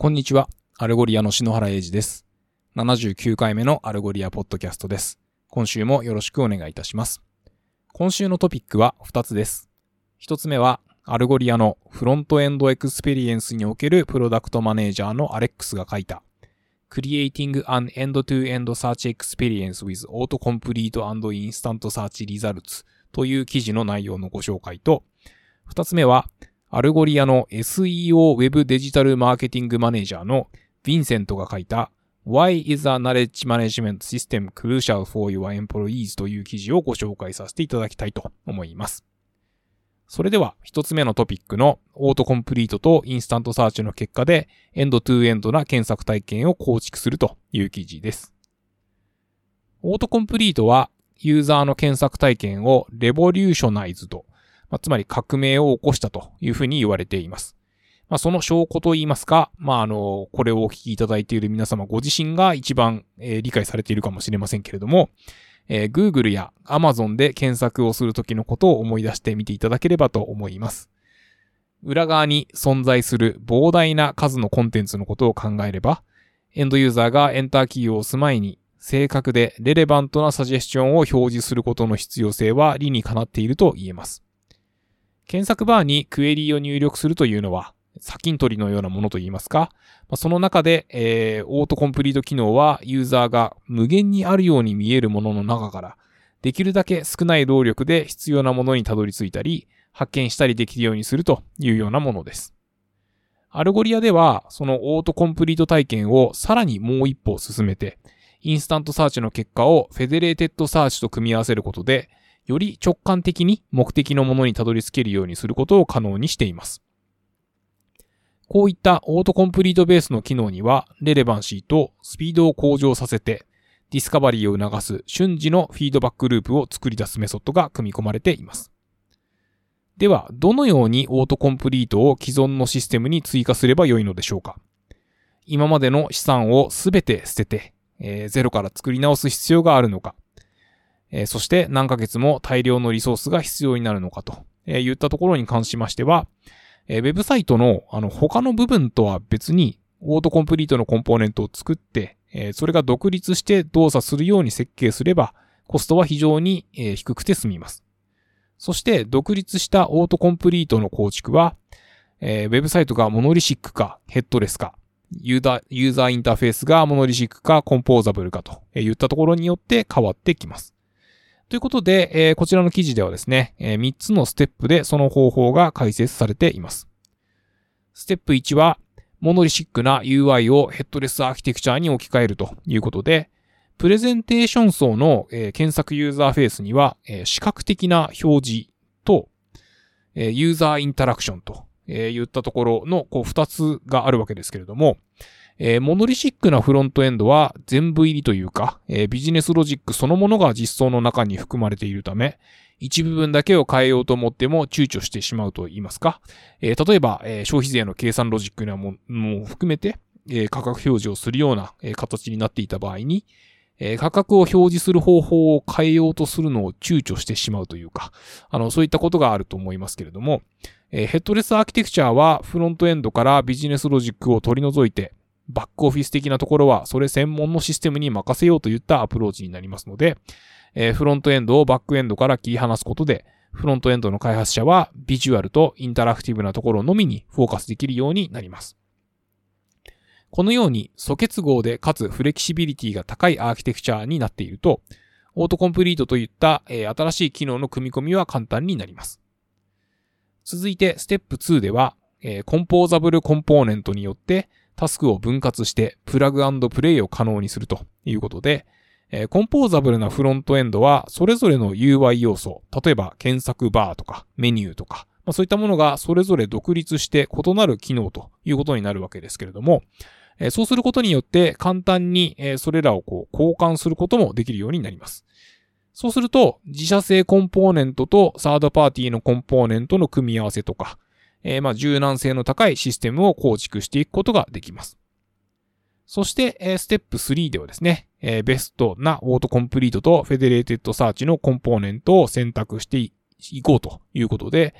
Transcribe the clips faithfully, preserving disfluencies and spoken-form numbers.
こんにちは。アルゴリアの篠原英二です。ななじゅうきゅうかいめのアルゴリアポッドキャストです。今週もよろしくお願いいたします。今週のトピックはふたつです。ひとつめは、アルゴリアのフロントエンドエクスペリエンスにおけるプロダクトマネージャーのアレックスが書いた Creating an End-to-End Search Experience with Autocomplete and Instant Search Results という記事の内容のご紹介と、ふたつめは、アルゴリアの エスイーオー ウェブデジタルマーケティングマネージャーのヴィンセントが書いた Why is a knowledge management system crucial for your employees という記事をご紹介させていただきたいと思います。それでは一つ目のトピックのオートコンプリートとインスタントサーチの結果でエンドトゥエンドな検索体験を構築するという記事です。オートコンプリートはユーザーの検索体験をレボリューショナイズド、まあ、つまり革命を起こしたというふうに言われています。まあ、その証拠といいますか、まあ、あの、これをお聞きいただいている皆様ご自身が一番、えー、理解されているかもしれませんけれども、えー、Google や Amazon で検索をするときのことを思い出してみていただければと思います。裏側に存在する膨大な数のコンテンツのことを考えれば、エンドユーザーがエンターキーを押す前に、正確でレレバントなサジェスチョンを表示することの必要性は理にかなっていると言えます。検索バーにクエリーを入力するというのは、砂金取りのようなものといいますか、その中で、えー、オートコンプリート機能はユーザーが無限にあるように見えるものの中から、できるだけ少ない労力で必要なものにたどり着いたり、発見したりできるようにするというようなものです。アルゴリアでは、そのオートコンプリート体験をさらにもう一歩進めて、インスタントサーチの結果をフェデレーテッドサーチと組み合わせることで、より直感的に目的のものにたどり着けるようにすることを可能にしています。こういったオートコンプリートベースの機能には、レレバンシーとスピードを向上させて、ディスカバリーを促す瞬時のフィードバックループを作り出すメソッドが組み込まれています。では、どのようにオートコンプリートを既存のシステムに追加すればよいのでしょうか。今までの資産をすべて捨てて、えー、ゼロから作り直す必要があるのか。えー、そして何ヶ月も大量のリソースが必要になるのかと、えー、言ったところに関しましては、えー、ウェブサイトのあの他の部分とは別にオートコンプリートのコンポーネントを作って、えー、それが独立して動作するように設計すればコストは非常に、えー、低くて済みます。そして独立したオートコンプリートの構築は、えー、ウェブサイトがモノリシックかヘッドレスか、ユーザー、ユーザーインターフェースがモノリシックかコンポーザブルかといったところによって変わってきます。ということで、えー、こちらの記事ではですね、えー、みっつのステップでその方法が解説されています。ステップいちは、モノリシックな ユーアイ をヘッドレスアーキテクチャに置き換えるということで、プレゼンテーション層の、えー、検索ユーザーフェースには、えー、視覚的な表示と、えー、ユーザーインタラクションと、えー、言ったところのこうふたつがあるわけですけれども、えー、モノリシックなフロントエンドは全部入りというか、えー、ビジネスロジックそのものが実装の中に含まれているため、一部分だけを変えようと思っても躊躇してしまうと言いますか、えー、例えば、えー、消費税の計算ロジックなものも含めて、えー、価格表示をするような、えー、形になっていた場合に、えー、価格を表示する方法を変えようとするのを躊躇してしまうというか、あの、そういったことがあると思いますけれども、えー、ヘッドレスアーキテクチャはフロントエンドからビジネスロジックを取り除いて、バックオフィス的なところはそれ専門のシステムに任せようといったアプローチになりますので、えー、フロントエンドをバックエンドから切り離すことで、フロントエンドの開発者はビジュアルとインタラクティブなところのみにフォーカスできるようになります。このように素結合でかつフレキシビリティが高いアーキテクチャになっていると、オートコンプリートといった、えー、新しい機能の組み込みは簡単になります。続いてステップツーでは、えー、コンポーザブルコンポーネントによってタスクを分割してプラグ&プレイを可能にするということで、えー、コンポーザブルなフロントエンドはそれぞれの ユーアイ 要素、例えば検索バーとかメニューとか、まあ、そういったものがそれぞれ独立して異なる機能ということになるわけですけれども、えー、そうすることによって簡単に、えー、それらをこう交換することもできるようになります。そうすると自社製コンポーネントとサードパーティーのコンポーネントの組み合わせとか、えー、まあ柔軟性の高いシステムを構築していくことができます。そして、えー、ステップスリーではですね、えー、ベストなオートコンプリートとフェデレーテッドサーチのコンポーネントを選択していこうということで、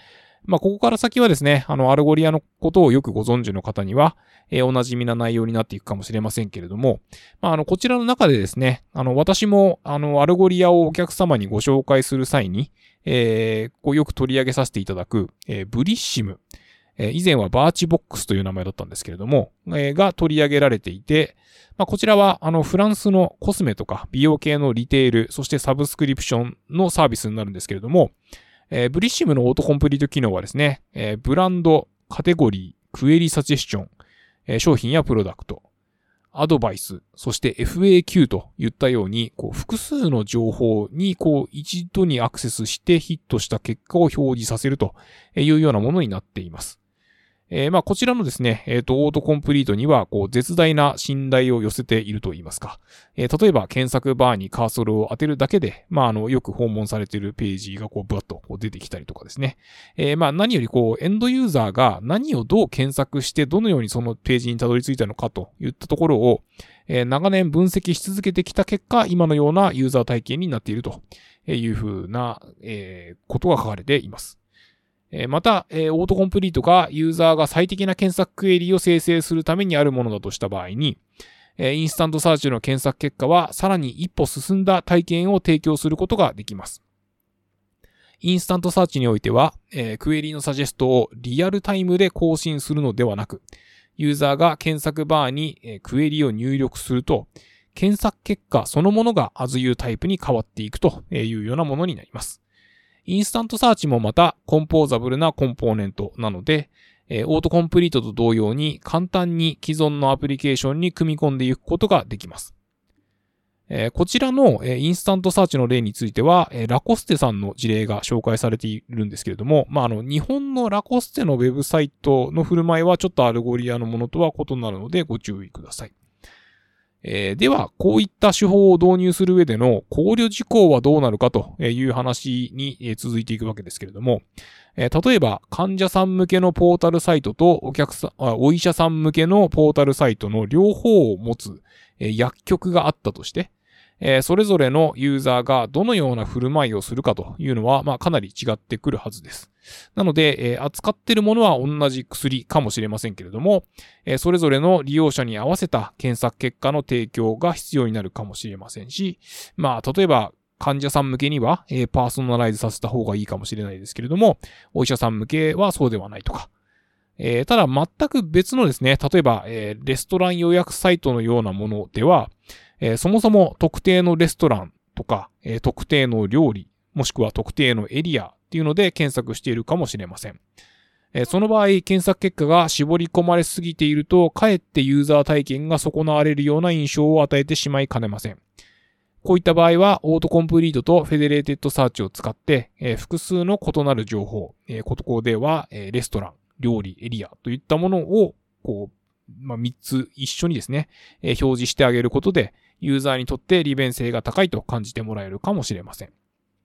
まあ、ここから先はですね、あの、アルゴリアのことをよくご存知の方には、えー、お馴染みな内容になっていくかもしれませんけれども、まあ、あの、こちらの中でですね、あの、私も、あの、アルゴリアをお客様にご紹介する際に、えー、こうよく取り上げさせていただく、えー、ブリッシム、えー、以前はバーチボックスという名前だったんですけれども、えー、が取り上げられていて、まあ、こちらは、あの、フランスのコスメとか美容系のリテール、そしてサブスクリプションのサービスになるんですけれども、えー、ブリッシムのオートコンプリート機能はですね、えー、ブランド、カテゴリー、クエリサジェスチョン、えー、商品やプロダクト、アドバイス、そして エフエーキュー といったように、こう複数の情報にこう一度にアクセスしてヒットした結果を表示させるというようなものになっています。えー、まあこちらのですね、えっと、オートコンプリートにはこう絶大な信頼を寄せていると言いますか。えー、例えば検索バーにカーソルを当てるだけで、まああの、よく訪問されているページがこうブワッとこう出てきたりとかですね。えー、まあ何よりこうエンドユーザーが何をどう検索してどのようにそのページにたどり着いたのかといったところを、えー、長年分析し続けてきた結果、今のようなユーザー体験になっているというふうな、えー、ことが書かれています。また、オートコンプリートがユーザーが最適な検索クエリを生成するためにあるものだとした場合に、インスタントサーチの検索結果はさらに一歩進んだ体験を提供することができます。インスタントサーチにおいては、クエリのサジェストをリアルタイムで更新するのではなく、ユーザーが検索バーにクエリを入力すると、検索結果そのものが アズユー タイプに変わっていくというようなものになります。インスタントサーチもまたコンポーザブルなコンポーネントなので、えー、オートコンプリートと同様に簡単に既存のアプリケーションに組み込んでいくことができます。えー、こちらの、えー、インスタントサーチの例については、えー、ラコステさんの事例が紹介されているんですけれども、まあ、あの、日本のラコステのウェブサイトの振る舞いはちょっとアルゴリアのものとは異なるのでご注意ください。えー、では、こういった手法を導入する上での考慮事項はどうなるかという話に続いていくわけですけれども、えー、例えば、患者さん向けのポータルサイトとお客さん、あ、お医者さん向けのポータルサイトの両方を持つ、えー、薬局があったとして、えー、それぞれのユーザーがどのような振る舞いをするかというのは、まあ、かなり違ってくるはずです。なので、えー、扱っているものは同じ薬かもしれませんけれども、えー、それぞれの利用者に合わせた検索結果の提供が必要になるかもしれませんし、まあ、例えば、患者さん向けには、えー、パーソナライズさせた方がいいかもしれないですけれども、お医者さん向けはそうではないとか。えー、ただ、全く別のですね、例えば、えー、レストラン予約サイトのようなものでは、えー、そもそも特定のレストランとか、えー、特定の料理、もしくは特定のエリアっていうので検索しているかもしれません。えー、その場合、検索結果が絞り込まれすぎていると、かえってユーザー体験が損なわれるような印象を与えてしまいかねません。こういった場合は、オートコンプリートとフェデレーテッドサーチを使って、えー、複数の異なる情報、えー、ここでは、えー、レストラン、料理、エリアといったものを、こう、まあ、みっつ一緒にですね、えー、表示してあげることで、ユーザーにとって利便性が高いと感じてもらえるかもしれません。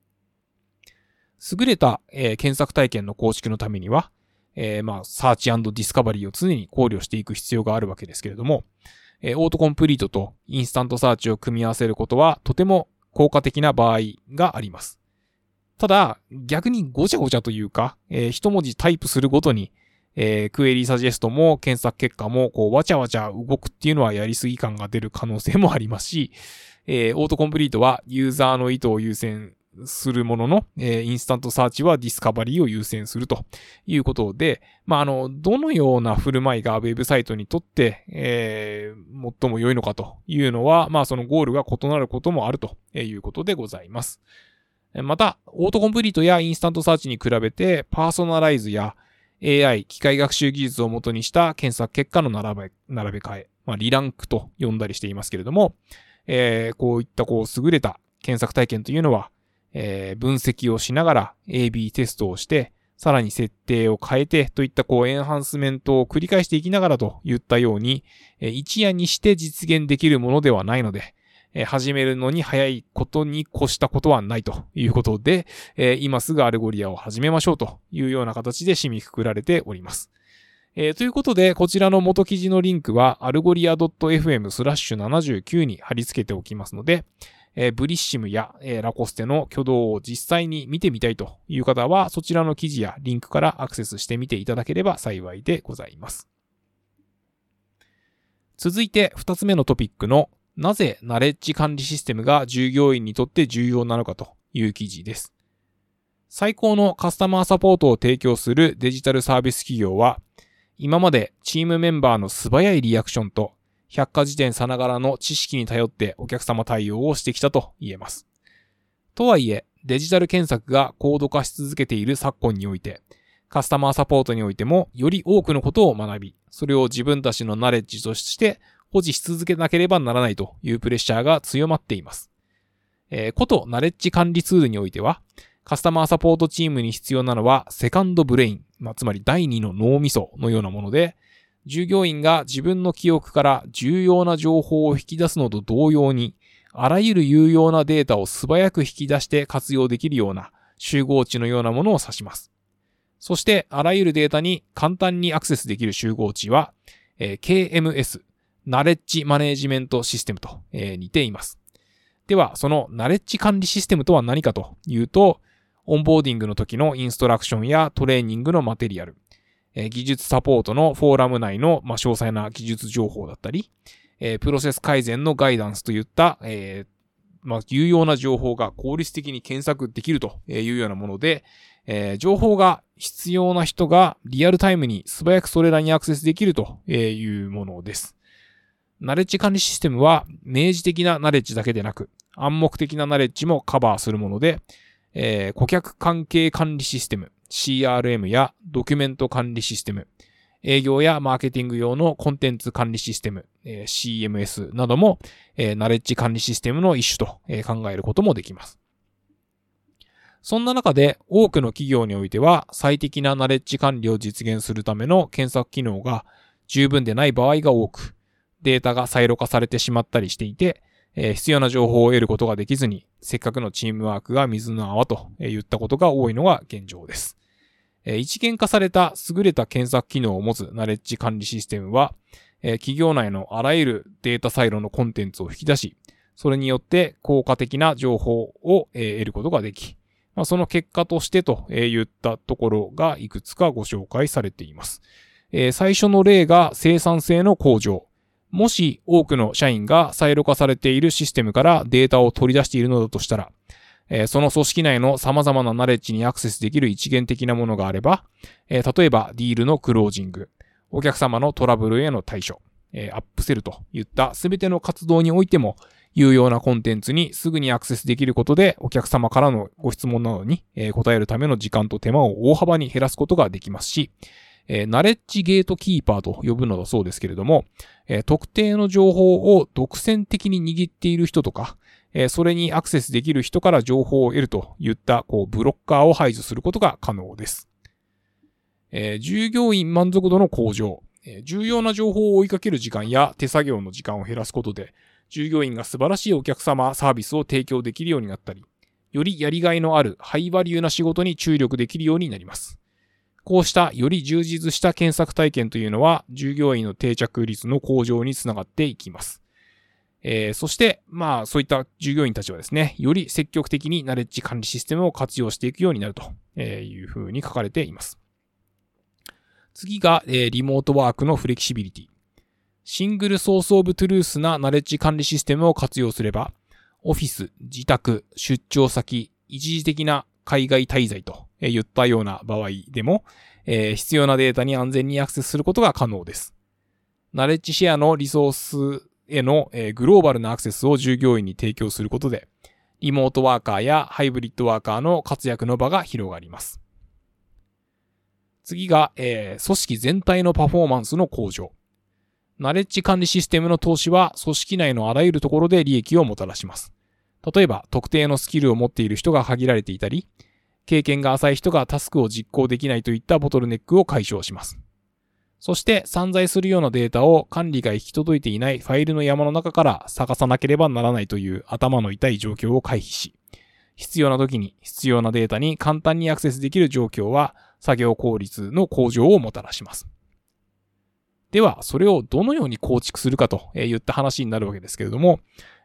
優れた、えー、検索体験の構築のためには、えー、まあ、サーチ&ディスカバリーを常に考慮していく必要があるわけですけれども、えー、オートコンプリートとインスタントサーチを組み合わせることはとても効果的な場合があります。ただ、逆にごちゃごちゃというか、えー、一文字タイプするごとに、えー、クエリサジェストも検索結果もこうわちゃわちゃ動くっていうのはやりすぎ感が出る可能性もありますし、えー、オートコンプリートはユーザーの意図を優先するものの、えー、インスタントサーチはディスカバリーを優先するということで、まあ、あの、どのような振る舞いがウェブサイトにとって、えー、最も良いのかというのは、まあ、そのゴールが異なることもあるということでございます。また、オートコンプリートやインスタントサーチに比べて、パーソナライズやエーアイ、機械学習技術を元にした検索結果の並べ、並べ替え、まあ、リランクと呼んだりしていますけれども、えー、こういったこう優れた検索体験というのは、えー、分析をしながら エービー テストをして、さらに設定を変えてといったこうエンハンスメントを繰り返していきながらといったように、えー、一夜にして実現できるものではないので、えー、始めるのに早いことに越したことはないということで、えー、今すぐアルゴリアを始めましょうというような形で締めくくられております。えー、ということで、こちらの元記事のリンクは、アルゴリア .fm スラッシュななじゅうきゅうに貼り付けておきますので、 えー、ブリッシムや、えー、ラコステの挙動を実際に見てみたいという方は、そちらの記事やリンクからアクセスしてみていただければ幸いでございます。続いてふたつめのトピックの、なぜナレッジ管理システムが従業員にとって重要なのかという記事です。最高のカスタマーサポートを提供するデジタルサービス企業は、今までチームメンバーの素早いリアクションと百科事典さながらの知識に頼ってお客様対応をしてきたと言えます。とはいえ、デジタル検索が高度化し続けている昨今において、カスタマーサポートにおいてもより多くのことを学び、それを自分たちのナレッジとして保持し続けなければならないというプレッシャーが強まっています。えー、ことナレッジ管理ツールにおいては、カスタマーサポートチームに必要なのはセカンドブレイン、まあ、つまり第二の脳みそのようなもので、従業員が自分の記憶から重要な情報を引き出すのと同様に、あらゆる有用なデータを素早く引き出して活用できるような集合値のようなものを指します。そして、あらゆるデータに簡単にアクセスできる集合値は、えー、ケーエムエス、ナレッジマネージメントシステムと、えー、似ています。では、そのナレッジ管理システムとは何かというと、オンボーディングの時のインストラクションやトレーニングのマテリアル、えー、技術サポートのフォーラム内の、まあ、詳細な技術情報だったり、えー、プロセス改善のガイダンスといった、えーまあ、有用な情報が効率的に検索できるというようなもので、えー、情報が必要な人がリアルタイムに素早くそれらにアクセスできるというものです。ナレッジ管理システムは明示的なナレッジだけでなく暗黙的なナレッジもカバーするもので、えー、顧客関係管理システム シーアールエム やドキュメント管理システム、営業やマーケティング用のコンテンツ管理システム、えー、シーエムエス なども、えー、ナレッジ管理システムの一種と、えー、考えることもできます。そんな中で多くの企業においては最適なナレッジ管理を実現するための検索機能が十分でない場合が多く、データがサイロ化されてしまったりしていて、えー、必要な情報を得ることができずに、せっかくのチームワークが水の泡といったことが多いのが現状です。えー、一元化された優れた検索機能を持つナレッジ管理システムは、えー、企業内のあらゆるデータサイロのコンテンツを引き出し、それによって効果的な情報を、えー、得ることができ、まあ、その結果としてといったところがいくつかご紹介されています。えー、最初の例が生産性の向上。もし多くの社員がサイロ化されているシステムからデータを取り出しているのだとしたら、えー、その組織内の様々なナレッジにアクセスできる一元的なものがあれば、えー、例えばディールのクロージング、お客様のトラブルへの対処、えー、アップセルといったすべての活動においても有用なコンテンツにすぐにアクセスできることでお客様からのご質問などに答えるための時間と手間を大幅に減らすことができますし、えー、ナレッジゲートキーパーと呼ぶのだそうですけれども、えー、特定の情報を独占的に握っている人とか、えー、それにアクセスできる人から情報を得るといったこうブロッカーを排除することが可能です。えー、従業員満足度の向上、えー、重要な情報を追いかける時間や手作業の時間を減らすことで、従業員が素晴らしいお客様サービスを提供できるようになったり、よりやりがいのあるハイバリューな仕事に注力できるようになります。こうしたより充実した検索体験というのは従業員の定着率の向上につながっていきます。えー、そして、まあそういった従業員たちはですね、より積極的にナレッジ管理システムを活用していくようになるというふうに書かれています。次が、えー、リモートワークのフレキシビリティ。シングルソースオブトゥルースなナレッジ管理システムを活用すれば、オフィス、自宅、出張先、一時的な海外滞在と言ったような場合でも、えー、必要なデータに安全にアクセスすることが可能です。ナレッジシェアのリソースへの、えー、グローバルなアクセスを従業員に提供することで、リモートワーカーやハイブリッドワーカーの活躍の場が広がります。次が、えー、組織全体のパフォーマンスの向上。ナレッジ管理システムの投資は組織内のあらゆるところで利益をもたらします。例えば、特定のスキルを持っている人が限られていたり、経験が浅い人がタスクを実行できないといったボトルネックを解消します。そして散在するようなデータを管理が行き届いていないファイルの山の中から探さなければならないという頭の痛い状況を回避し、必要な時に必要なデータに簡単にアクセスできる状況は作業効率の向上をもたらします。では、それをどのように構築するかといった話になるわけですけれども、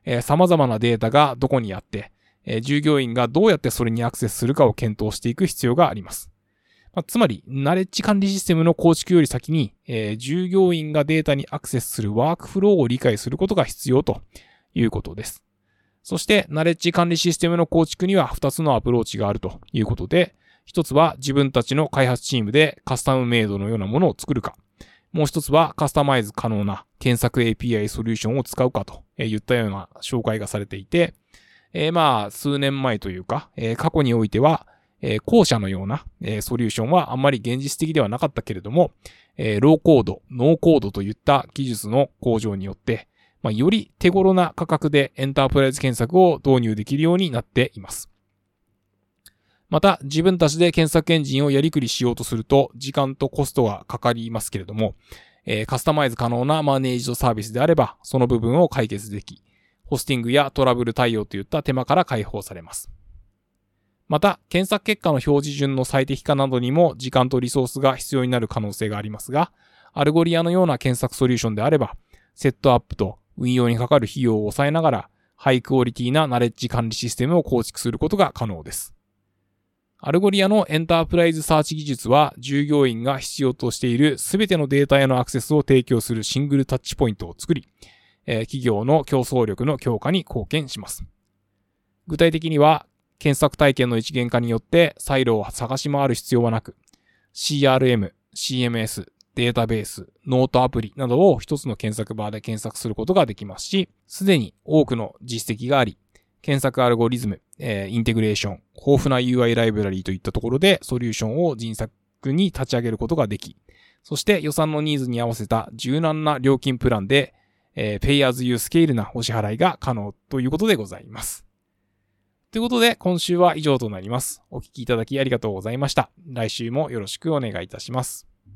えー、様々なデータがどこにあって、えー、従業員がどうやってそれにアクセスするかを検討していく必要があります。まあ、つまり、ナレッジ管理システムの構築より先に、えー、従業員がデータにアクセスするワークフローを理解することが必要ということです。そして、ナレッジ管理システムの構築にはふたつのアプローチがあるということで、ひとつは自分たちの開発チームでカスタムメイドのようなものを作るか、もうひとつはカスタマイズ可能な検索 エーピーアイ ソリューションを使うかといったような紹介がされていて、えー、まあ、数年前というか、えー、過去においては、えー、後者のような、えー、ソリューションはあんまり現実的ではなかったけれども、えー、ローコード、ノーコードといった技術の向上によって、まあ、より手頃な価格でエンタープライズ検索を導入できるようになっています。また、自分たちで検索エンジンをやりくりしようとすると、時間とコストがかかりますけれども、えー、カスタマイズ可能なマネージドサービスであれば、その部分を解決でき、ホスティングやトラブル対応といった手間から解放されます。また、検索結果の表示順の最適化などにも時間とリソースが必要になる可能性がありますが、アルゴリアのような検索ソリューションであれば、セットアップと運用にかかる費用を抑えながら、ハイクオリティなナレッジ管理システムを構築することが可能です。アルゴリアのエンタープライズサーチ技術は、従業員が必要としているすべてのデータへのアクセスを提供するシングルタッチポイントを作り、えー、企業の競争力の強化に貢献します。具体的には、検索体験の一元化によってサイロを探し回る必要はなく、シーアールエム、シーエムエス、データベース、ノートアプリなどを一つの検索バーで検索することができますし、すでに多くの実績があり、検索アルゴリズム、えー、インテグレーション、豊富な ユーアイ ライブラリーといったところでソリューションを迅速に立ち上げることができ、そして予算のニーズに合わせた柔軟な料金プランで、えー、Pay as you スケールなお支払いが可能ということでございます。ということで、今週は以上となります。お聞きいただきありがとうございました。来週もよろしくお願いいたします。